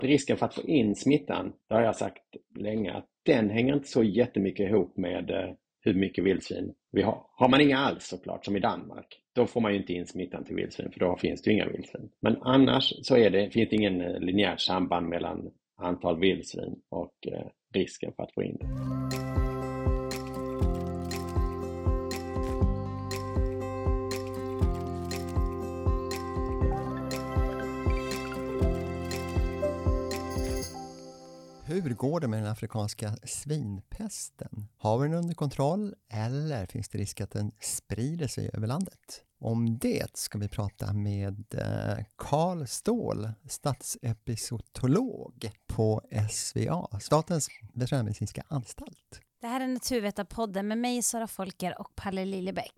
risken för att få in smittan, det har jag sagt länge, att den hänger inte så jättemycket ihop med hur mycket vildsvin vi har. Har man inga alls såklart, som i Danmark, då får man ju inte in smittan till vildsvin, för då finns det ju inga vildsvin. Men annars så finns det ingen linjärt samband mellan antal vildsvin och risken för att få in det. Hur går det med den afrikanska svinpesten? Har vi den under kontroll eller finns det risk att den sprider sig över landet? Om det ska vi prata med Carl Ståhl, statsepizootolog på SVA, Statens veterinärmedicinska anstalt. Det här är Naturvetarpodden med mig, Sara Folker och Palle Lillebäck.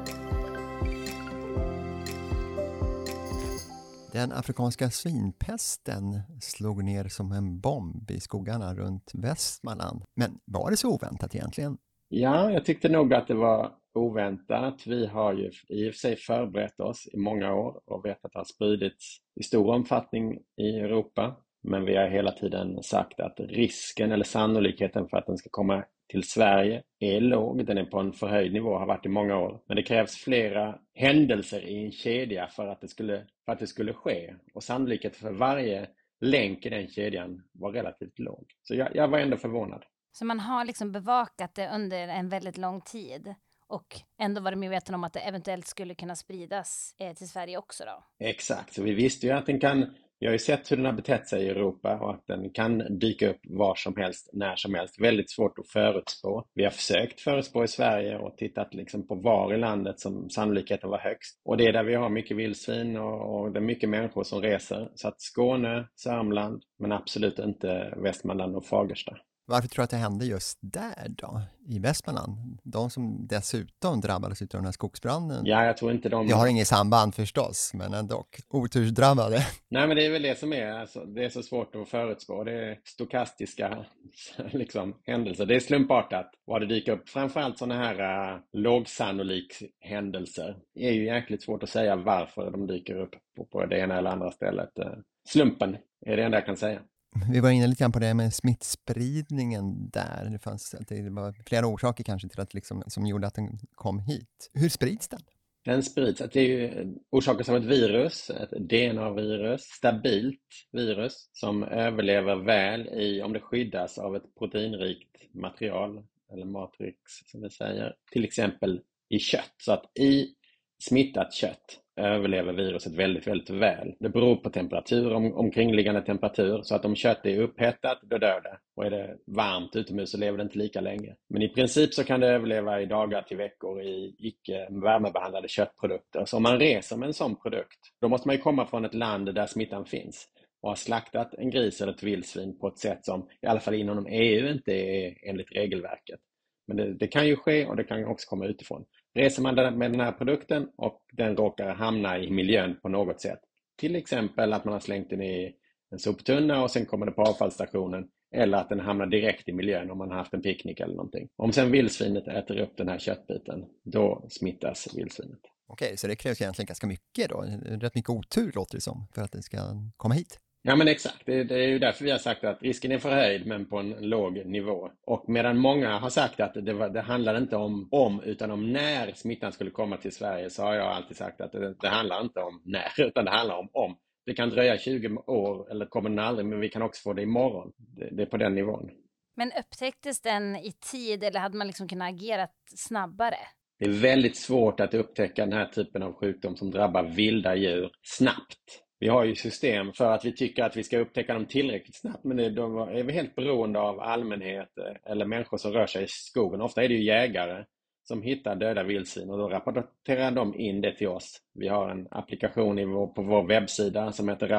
Den afrikanska svinpesten slog ner som en bomb i skogarna runt Västmanland. Men var det så oväntat egentligen? Ja, jag tyckte nog att det var oväntat. Vi har ju i och för sig förberett oss i många år och vet att det har spridits i stor omfattning i Europa. Men vi har hela tiden sagt att risken eller sannolikheten för att den ska komma till Sverige är låg. Den är på en förhöjd nivå, har varit i många år. Men det krävs flera händelser i en kedja för att det skulle ske. Och sannolikheten för varje länk i den kedjan var relativt låg. Så jag var ändå förvånad. Så man har liksom bevakat det under en väldigt lång tid och ändå var det medveten om att det eventuellt skulle kunna spridas till Sverige också då? Exakt, så vi visste ju att den kan. Vi har ju sett hur den har betett sig i Europa och att den kan dyka upp var som helst, när som helst. Väldigt svårt att förutspå. Vi har försökt förutspå i Sverige och tittat liksom på var i landet som sannolikheten var högst. Och det är där vi har mycket vildsvin och det är mycket människor som reser. Så att Skåne, Sörmland, men absolut inte Västmanland och Fagersta. Varför tror du att det hände just där då, i Västmanland? De som dessutom drabbades av den här skogsbranden. Ja, jag tror inte de. Jag har inget samband förstås, men ändå otursdrabbade. Nej, men det är väl det som är, alltså, det är så svårt att förutspå. Det är stokastiska liksom, händelser. Det är slumpartat vad det dyker upp. Framförallt sådana här lågsannolik händelser. Det är ju jäkligt svårt att säga varför de dyker upp på det ena eller andra stället. Slumpen är det enda jag kan säga. Vi var inne lite grann på det med smittspridningen där. Det var flera orsaker kanske till att som gjorde att den kom hit. Hur sprids den? Den sprids, det är ju orsakas av ett virus, ett DNA-virus, stabilt virus som överlever väl om det skyddas av ett proteinrikt material eller matrix som vi säger. Till exempel i kött, så att i smittat kött överlever viruset väldigt, väldigt väl. Det beror på temperatur, omkringliggande temperatur, så att om kött är upphettat, då dör det. Och är det varmt utomhus så lever det inte lika länge. Men i princip så kan det överleva i dagar till veckor i icke värmebehandlade köttprodukter. Så om man reser med en sån produkt, då måste man ju komma från ett land där smittan finns och ha slaktat en gris eller ett vildsvin på ett sätt som i alla fall inom EU inte är enligt regelverket. Men det kan ju ske och det kan också komma utifrån. Reser man med den här produkten och den råkar hamna i miljön på något sätt. Till exempel att man har slängt den i en soptunna och sen kommer det på avfallsstationen. Eller att den hamnar direkt i miljön om man har haft en picknick eller någonting. Om sen vildsvinet äter upp den här köttbiten, då smittas vildsvinet. Okej, så det krävs egentligen ganska mycket då. Rätt mycket otur låter det som för att den ska komma hit. Ja, men exakt. Det är ju därför vi har sagt att risken är förhöjd men på en låg nivå. Och medan många har sagt att det handlar inte om utan om när smittan skulle komma till Sverige, så har jag alltid sagt att det handlar inte om när utan det handlar om. Det kan dröja 20 år eller kommer den aldrig, men vi kan också få det imorgon. Det är på den nivån. Men upptäcktes den i tid eller hade man liksom kunnat agera snabbare? Det är väldigt svårt att upptäcka den här typen av sjukdom som drabbar vilda djur snabbt. Vi har ju system för att vi tycker att vi ska upptäcka dem tillräckligt snabbt, men då är vi helt beroende av allmänhet eller människor som rör sig i skogen. Ofta är det ju jägare som hittar döda vildsvin och då rapporterar de in det till oss. Vi har en applikation på vår webbsida som heter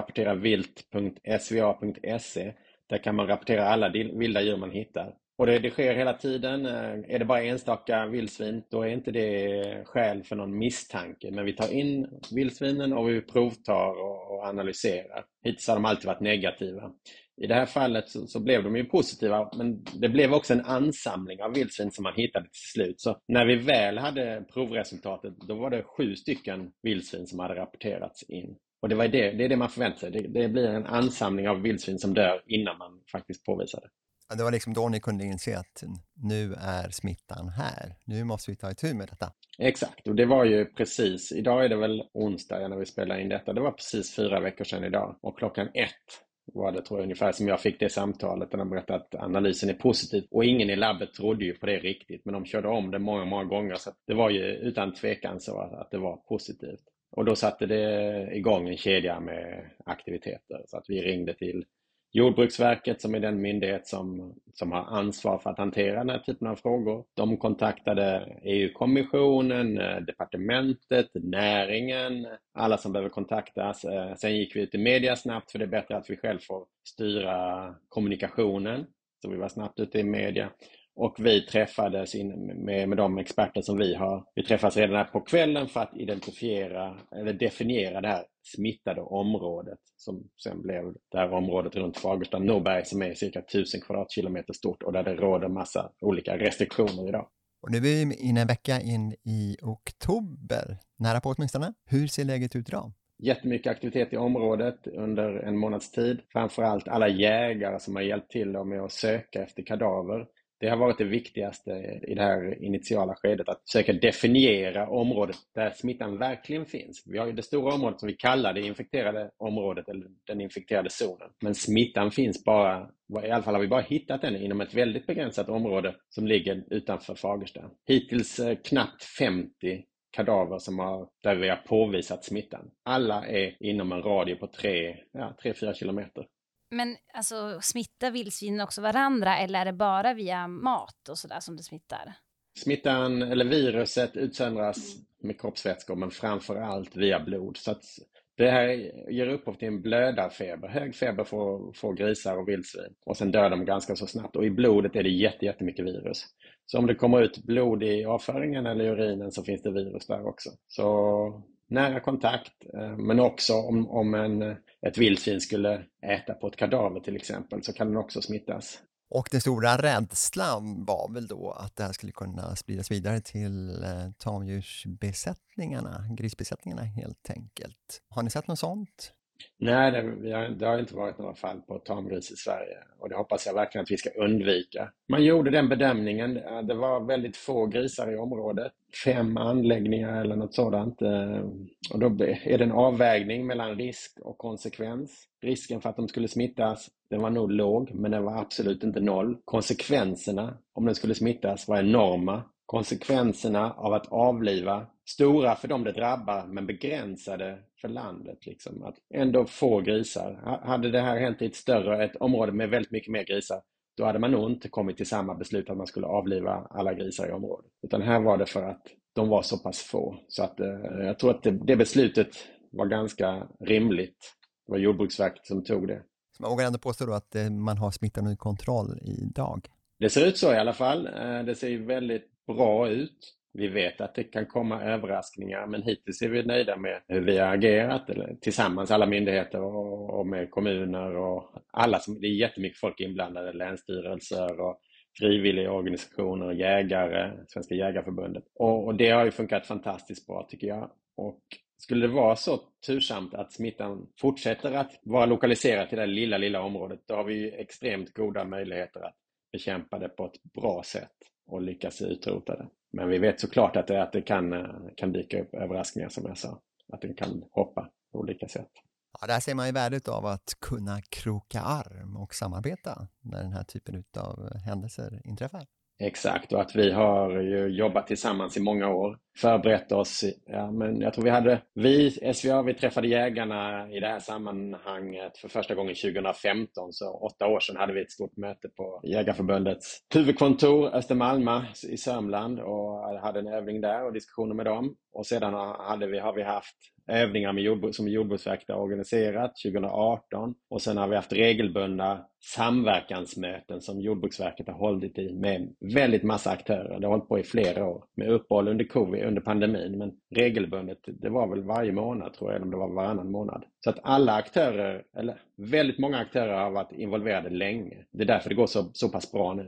rapporteravilt.sva.se. Där kan man rapportera alla vilda djur man hittar. Och det sker hela tiden. Är det bara enstaka vildsvin, då är inte det skäl för någon misstanke. Men vi tar in vildsvinen och vi provtar och analyserar. Hittills har de alltid varit negativa. I det här fallet så blev de ju positiva, men det blev också en ansamling av vildsvin som man hittade till slut. Så när vi väl hade provresultatet, då var det 7 stycken vildsvin som hade rapporterats in. Och det är det man förväntar sig. Det blir en ansamling av vildsvin som dör innan man faktiskt påvisar det. Ja, det var liksom då ni kunde inse att nu är smittan här. Nu måste vi ta itu med detta. Exakt, och det var ju precis, idag är det väl onsdag när vi spelar in detta. Det var precis 4 veckor sedan idag. Och 1:00 var det, tror jag, ungefär som jag fick det samtalet. Där de berättade att analysen är positiv. Och ingen i labbet trodde ju på det riktigt. Men de körde om det många gånger. Så det var ju utan tvekan så att det var positivt. Och då satte det igång en kedja med aktiviteter. Så att vi ringde till Jordbruksverket, som är den myndighet som har ansvar för att hantera den här typen av frågor. De kontaktade EU-kommissionen, departementet, näringen, alla som behöver kontaktas. Sen gick vi ut i media snabbt, för det är bättre att vi själv får styra kommunikationen. Så vi var snabbt ute i media. Och vi träffades med de experter som vi har. Vi träffas redan här på kvällen för att definiera det här smittade området, som sen blev det här området runt Fagersta-Norberg, som är cirka 1000 kvadratkilometer stort och där det råder massa olika restriktioner idag. Och nu är vi inne en vecka in i oktober, nära på åtminstone. Hur ser läget ut idag? Jättemycket aktivitet i området under en månads tid. Framförallt alla jägare som har hjälpt till med att söka efter kadaver. Det har varit det viktigaste i det här initiala skedet, att försöka definiera området där smittan verkligen finns. Vi har ju det stora området som vi kallar det infekterade området, eller den infekterade zonen. Men smittan finns bara, i alla fall har vi bara hittat den inom ett väldigt begränsat område som ligger utanför Fagersta. Hittills knappt 50 kadaver där vi har påvisat smittan. Alla är inom en radie på 3-4 kilometer. Men alltså, smittar vildsvinen också varandra, eller är det bara via mat och sådär som det smittar? Smittan eller viruset utsöndras med kroppsvätskor, men framför allt via blod. Så att det här ger upphov till en blödarfeber. Hög feber får grisar och vildsvin. Och sen dör de ganska så snabbt. Och i blodet är det jättemycket virus. Så om det kommer ut blod i avföringen eller i urinen, så finns det virus där också. Så nära kontakt, men också om ett vildsvin skulle äta på ett kadaver till exempel, så kan den också smittas. Och den stora rädslan var väl då att det här skulle kunna spridas vidare till tamdjursbesättningarna, grisbesättningarna helt enkelt. Har ni sett något sånt? Nej, det har inte varit några fall på tamgris i Sverige, och det hoppas jag verkligen att vi ska undvika. Man gjorde den bedömningen, det var väldigt få grisar i området, 5 anläggningar eller något sådant. Och då är det en avvägning mellan risk och konsekvens. Risken för att de skulle smittas, den var nog låg, men den var absolut inte noll. Konsekvenserna om den skulle smittas var enorma. Konsekvenserna av att avliva, stora för dem det drabbar, men begränsade för landet. Liksom. Att ändå få grisar. Hade det här hänt i ett område med väldigt mycket mer grisar, då hade man nog inte kommit till samma beslut att man skulle avliva alla grisar i området. Utan här var det för att de var så pass få. Så att jag tror att det beslutet var ganska rimligt. Det var Jordbruksverket som tog det. Så man vågar ändå påstå då att man har smittan under kontroll idag? Det ser ut så i alla fall. Det ser ju väldigt bra ut. Vi vet att det kan komma överraskningar, men hittills är vi nöjda med hur vi har agerat, eller tillsammans alla myndigheter och med kommuner och alla det är jättemycket folk inblandade, länsstyrelser och frivilliga organisationer, jägare, Svenska jägarförbundet. Och det har ju funkat fantastiskt bra, tycker jag. Och skulle det vara så tursamt att smittan fortsätter att vara lokaliserad till det lilla området, då har vi ju extremt goda möjligheter att bekämpa det på ett bra sätt och lyckas utrota det. Men vi vet såklart att det kan dyka upp överraskningar, som jag sa. Att den kan hoppa på olika sätt. Ja, där ser man ju värdet av att kunna kroka arm och samarbeta när den här typen av händelser inträffar. Exakt, och att vi har ju jobbat tillsammans i många år, förberett oss. Men jag tror vi träffade jägarna i det här sammanhanget för första gången 2015, så 8 år sedan hade vi ett stort möte på Jägarförbundets huvudkontor Östermalma i Sörmland och hade en övning där och diskussioner med dem. Och sedan har vi haft övningar som Jordbruksverket har organiserat 2018, och sen har vi haft regelbundna samverkansmöten som Jordbruksverket har hållit i med väldigt massa aktörer. Det har hållit på i flera år med uppehåll under pandemin, men regelbundet, det var väl varje månad, tror jag, eller om det var varannan månad. Så att alla aktörer, eller väldigt många aktörer, har varit involverade länge. Det är därför det går så pass bra nu.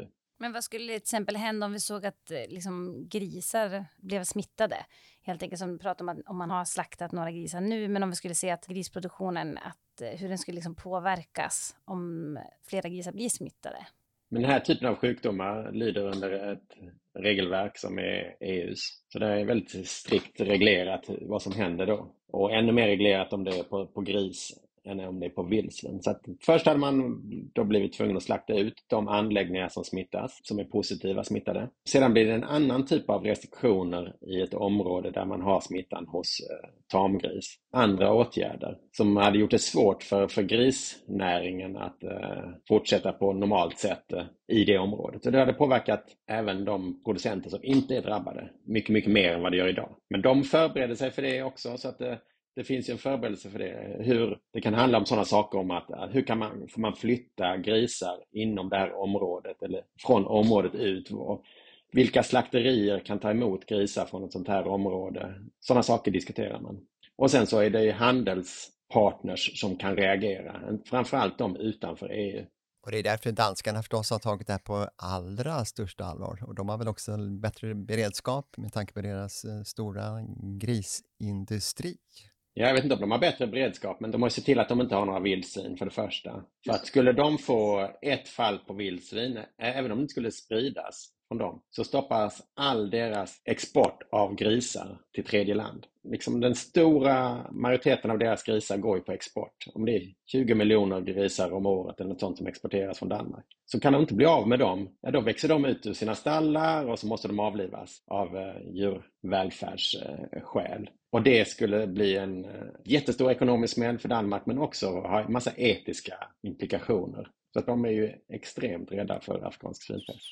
Men vad skulle till exempel hända om vi såg att liksom, grisar blev smittade? Helt enkelt som vi pratar om, att om man har slaktat några grisar nu, men om vi skulle se att grisproduktionen, hur den skulle liksom påverkas om flera grisar blir smittade. Men den här typen av sjukdomar lyder under ett regelverk som är EUs. Så det är väldigt strikt reglerat vad som händer då. Och ännu mer reglerat om det är på gris än om det är på vildsvin. Så att först hade man då blivit tvungen att slakta ut de anläggningar som smittas, som är positiva smittade. Sedan blir det en annan typ av restriktioner i ett område där man har smittan hos tamgris. Andra åtgärder som hade gjort det svårt för grisnäringen att fortsätta på normalt sätt i det området. Så det hade påverkat även de producenter som inte är drabbade mycket, mycket mer än vad det gör idag. Men de förbereder sig för det också, så att det finns ju en förberedelse för det. Hur det kan handla om sådana saker om att får man flytta grisar inom det här området eller från området ut. Vilka slakterier kan ta emot grisar från ett sånt här område? Sådana saker diskuterar man. Och sen så är det handelspartners som kan reagera. Framförallt de utanför EU. Och det är därför danskarna förstås har tagit det här på allra största allvar. Och de har väl också en bättre beredskap med tanke på deras stora grisindustri. Jag vet inte om de har bättre beredskap, men de måste se till att de inte har några vildsvin för det första. För att skulle de få ett fall på vildsvin, även om det inte skulle spridas från dem, så stoppas all deras export av grisar till tredje land. Liksom den stora majoriteten av deras grisar går ju på export. Om det är 20 miljoner grisar om året eller något sånt som exporteras från Danmark. Så kan de inte bli av med dem, då växer de ut ur sina stallar och så måste de avlivas av djurvälfärdsskäl. Och det skulle bli en jättestor ekonomisk smäll för Danmark, men också ha en massa etiska implikationer. Så att de är ju extremt rädda för afrikansk svinpest.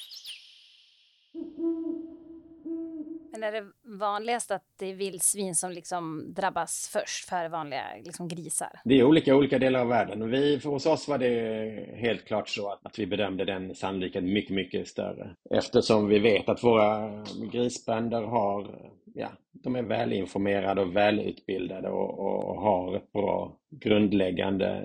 Men är det vanligast att det är vildsvin som liksom drabbas först för vanliga liksom grisar? Det är olika delar av världen. Hos oss var det helt klart så att vi bedömde den sannolikheten mycket, mycket större. Eftersom vi vet att våra grisbönder de är välinformerade och välutbildade och har ett bra grundläggande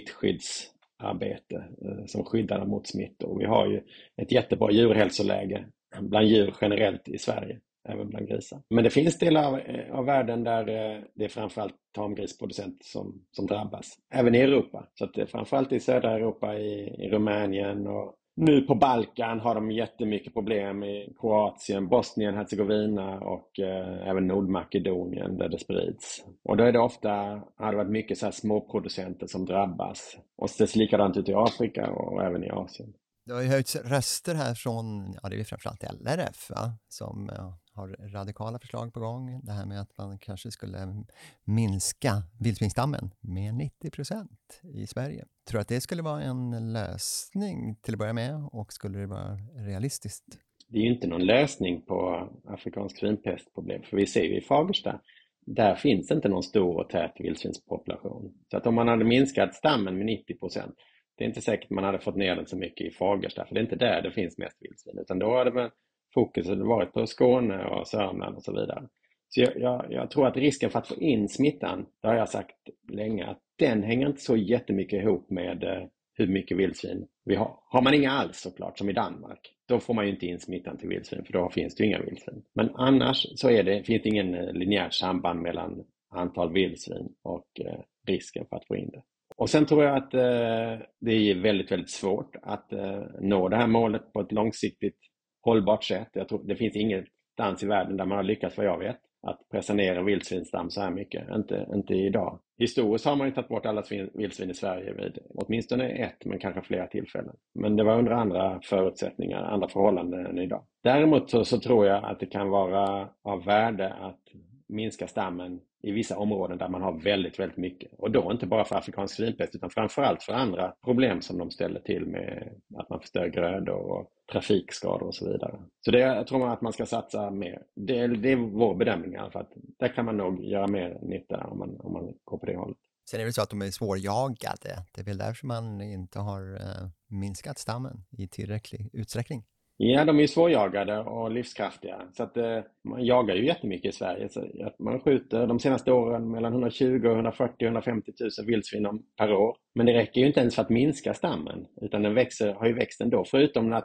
smittskyddsarbete som skyddar dem mot smittor. Vi har ju ett jättebra djurhälsoläge bland djur generellt i Sverige, även bland grisar. Men det finns delar av världen där det är framförallt tamgrisproducenter som drabbas. Även i Europa. Så att det är framförallt i södra Europa, i Rumänien och nu på Balkan har de jättemycket problem i Kroatien, Bosnien, Herzegovina och även Nordmakedonien där det sprids. Och då är det har det varit mycket så här småproducenter som drabbas. Och det ser likadant ut i Afrika och även i Asien. Det har ju höjts röster här från, det är framförallt LRF som har radikala förslag på gång. Det här med att man kanske skulle minska vildsvinsstammen med 90% i Sverige. Tror du att det skulle vara en lösning till att börja med, och skulle det vara realistiskt? Det är ju inte någon lösning på afrikansk svinpestproblem, för vi ser ju i Fagersta, där finns inte någon stor och tät vildsvinspopulation. Så att om man hade minskat stammen med 90%, det är inte säkert man hade fått ner den så mycket i Fagersta, för det är inte där det finns mest vildsvin, utan då hade man fokuset varit på Skåne och Sörmland och så vidare. Så jag tror att risken för att få in smittan, det har jag sagt länge, att den hänger inte så jättemycket ihop med hur mycket vildsvin vi har. Har man inga alls såklart, som i Danmark, då får man ju inte in smittan till vildsvin, för då finns det ju inga vildsvin. Men annars så finns det ingen linjärt samband mellan antal vildsvin och risken för att få in det. Och sen tror jag att det är väldigt, väldigt svårt att nå det här målet på ett långsiktigt hållbart sätt. Jag tror det finns ingenstans i världen där man har lyckats, vad jag vet, att pressa ner en vildsvinstam så här mycket. Inte idag. Historiskt har man ju tagit bort alla vildsvin i Sverige vid åtminstone ett, men kanske flera tillfällen. Men det var under andra förutsättningar, andra förhållanden än idag. Däremot så tror jag att det kan vara av värde att minska stammen i vissa områden där man har väldigt, väldigt mycket. Och då inte bara för afrikansk svinpest, utan framförallt för andra problem som de ställer till med att man förstör grödor och trafikskador och så vidare. Så jag tror att man ska satsa mer. Det är vår bedömning i alla fall. Där kan man nog göra mer nytta om man går på det hållet. Sen är det så att de är svårjagade. Det är väl därför man inte har minskat stammen i tillräcklig utsträckning. Ja, de är ju svårjagade och livskraftiga. Så att man jagar ju jättemycket i Sverige. Så att man skjuter de senaste åren mellan 120 och 150 000 vildsvin per år. Men det räcker ju inte ens för att minska stammen. Utan den har ju växt ändå. Förutom att det var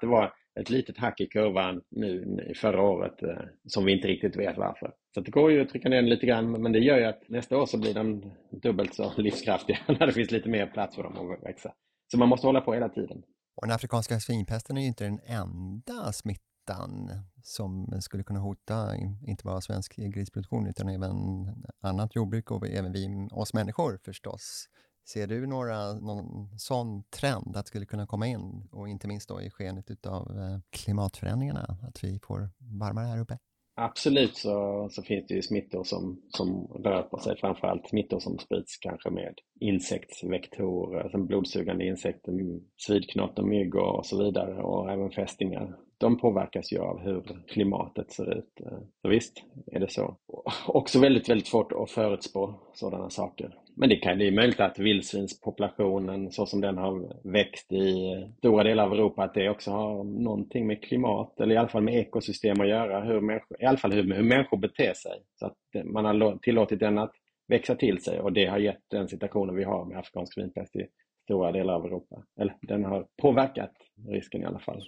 ett litet hack i kurvan nu förra året som vi inte riktigt vet varför. Så det går ju att trycka ner den lite grann, men det gör ju att nästa år så blir de dubbelt så livskraftiga när det finns lite mer plats för dem att växa. Så man måste hålla på hela tiden. Och den afrikanska svinpesten är ju inte den enda smittan som skulle kunna hota inte bara svensk grisproduktion utan även annat jordbruk och även oss människor förstås. Ser du någon sån trend att skulle kunna komma in, och inte minst då i skenet av klimatförändringarna, att vi får varmare här uppe? Absolut så finns det ju smittor som rör på sig, framförallt smittor som sprids kanske med insektsvektorer, som blodsugande insekter, svidknott och mygg och så vidare, och även fästingar. De påverkas ju av hur klimatet ser ut. Så visst är det så. Också väldigt, väldigt svårt att förutspå sådana saker. Men det är möjligt att vildsvinspopulationen, så som den har växt i stora delar av Europa, att det också har någonting med klimat, eller i alla fall med ekosystem att göra, hur människor beter sig. Så att man har tillåtit den att växa till sig, och det har gett den situationen vi har med afrikansk svinpest i stora delar av Europa. Eller den har påverkat risken i alla fall.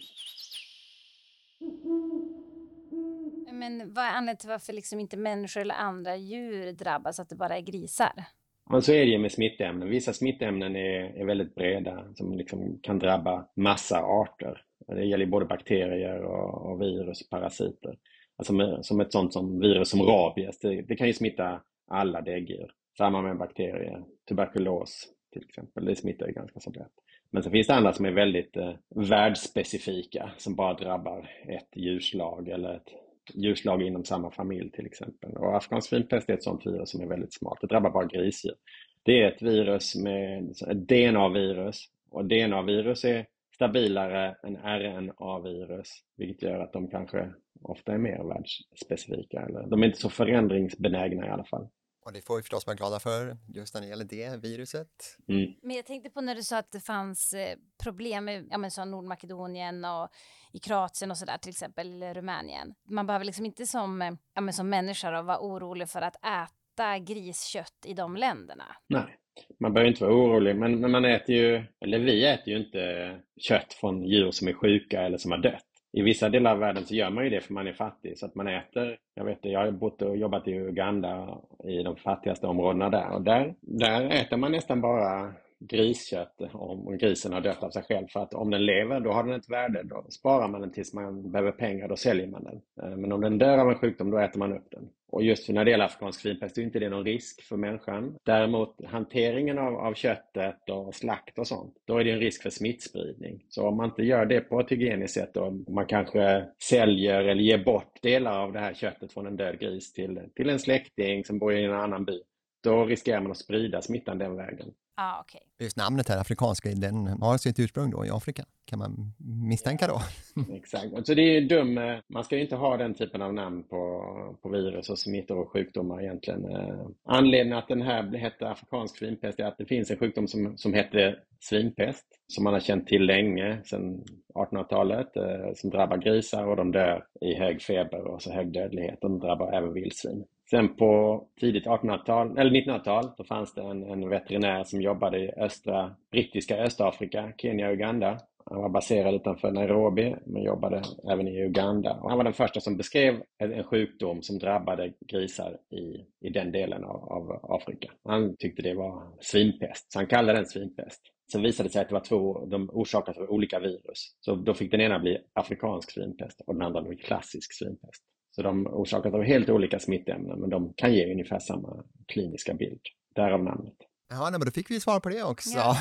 Men vad är anledningen till varför liksom inte människor eller andra djur drabbas, att det bara är grisar? Men så är det ju med smittämnen. Vissa smittämnen är väldigt breda, som liksom kan drabba massa arter. Det gäller både bakterier och virus och parasiter. Alltså som ett sånt som virus som rabies, det kan ju smitta alla däggdjur. Samma med bakterier, tuberkulos till exempel, det smittar ju ganska så lätt. Men så finns det andra som är väldigt världsspecifika, som bara drabbar ett djurslag eller ett djurslag inom samma familj till exempel. Och afrikansk svinpest är ett sånt virus som är väldigt smart. Det drabbar bara grisdjur. Det är ett virus med ett DNA-virus, och DNA-virus är stabilare än RNA-virus, vilket gör att de kanske ofta är mer världsspecifika, eller de är inte så förändringsbenägna i alla fall. Och det får vi förstås vara glada för just när det gäller det viruset. Men jag tänkte på när du sa att det fanns problem med så Nordmakedonien och i Kroatien och sådär, till exempel Rumänien. Man behöver liksom inte som människa då vara orolig för att äta griskött i de länderna. Nej, man behöver inte vara orolig, men man äter ju, eller vi äter ju inte kött från djur som är sjuka eller som har dött. I vissa delar av världen så gör man ju det för man är fattig, så att man äter, jag har bott och jobbat i Uganda, i de fattigaste områdena där, och där äter man nästan bara griskött om grisen har dött av sig själv, för att om den lever då har den ett värde, då sparar man den tills man behöver pengar, då säljer man den. Men om den dör av en sjukdom, då äter man upp den. Och just för när det gäller afrikansk svinpest är inte det någon risk för människan. Däremot hanteringen av köttet och slakt och sånt, då är det en risk för smittspridning. Så om man inte gör det på ett hygieniskt sätt, och man kanske säljer eller ger bort delar av det här köttet från en död gris till en släkting som bor i en annan by, då riskerar man att sprida smittan den vägen. Okay. Just namnet här, afrikanska, den har sitt ursprung då i Afrika, kan man misstänka då. Exakt, så det är dum. Man ska ju inte ha den typen av namn på virus och smittor och sjukdomar egentligen. Anledningen att den här heter afrikansk svinpest är att det finns en sjukdom som heter svinpest, som man har känt till länge, sedan 1800-talet, som drabbar grisar, och de dör i hög feber och så hög dödlighet. De drabbar även vildsvin. Sen på tidigt 1800-tal, eller 1900-tal, då fanns det en veterinär som jobbade i brittiska Östafrika, Kenya och Uganda. Han var baserad utanför Nairobi, men jobbade även i Uganda. Och han var den första som beskrev en sjukdom som drabbade grisar i den delen av Afrika. Han tyckte det var svinpest, så han kallade den svinpest. Sen visade det sig att det var de orsakas av olika virus. Så då fick den ena bli afrikansk svinpest och den andra bli klassisk svinpest. Så de orsakas av helt olika smittämnen, men de kan ge ungefär samma kliniska bild. Därav namnet. Ja, men då fick vi svar på det också. Ja.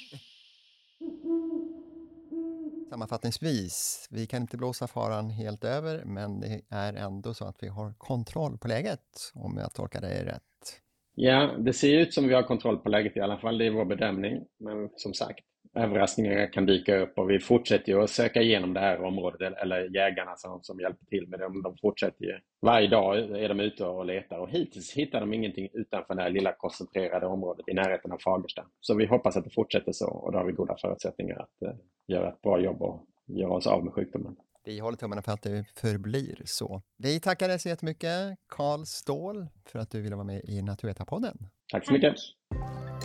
Sammanfattningsvis, vi kan inte blåsa faran helt över, men det är ändå så att vi har kontroll på läget, om jag tolkar det rätt. Ja, det ser ut som vi har kontroll på läget i alla fall, det är vår bedömning. Men som sagt, överraskningar kan dyka upp, och vi fortsätter ju att söka igenom det här området, eller jägarna som hjälper till med det. De fortsätter ju. Varje dag är de ute och letar, och hittills hittar de ingenting utanför det här lilla koncentrerade området i närheten av Fagersta. Så vi hoppas att det fortsätter så, och då har vi goda förutsättningar att göra ett bra jobb och göra oss av med sjukdomen. Vi håller tummarna för att det förblir så. Vi tackar dig så jättemycket, Carl Ståhl, för att du ville vara med i Naturvetarpodden. Tack så mycket.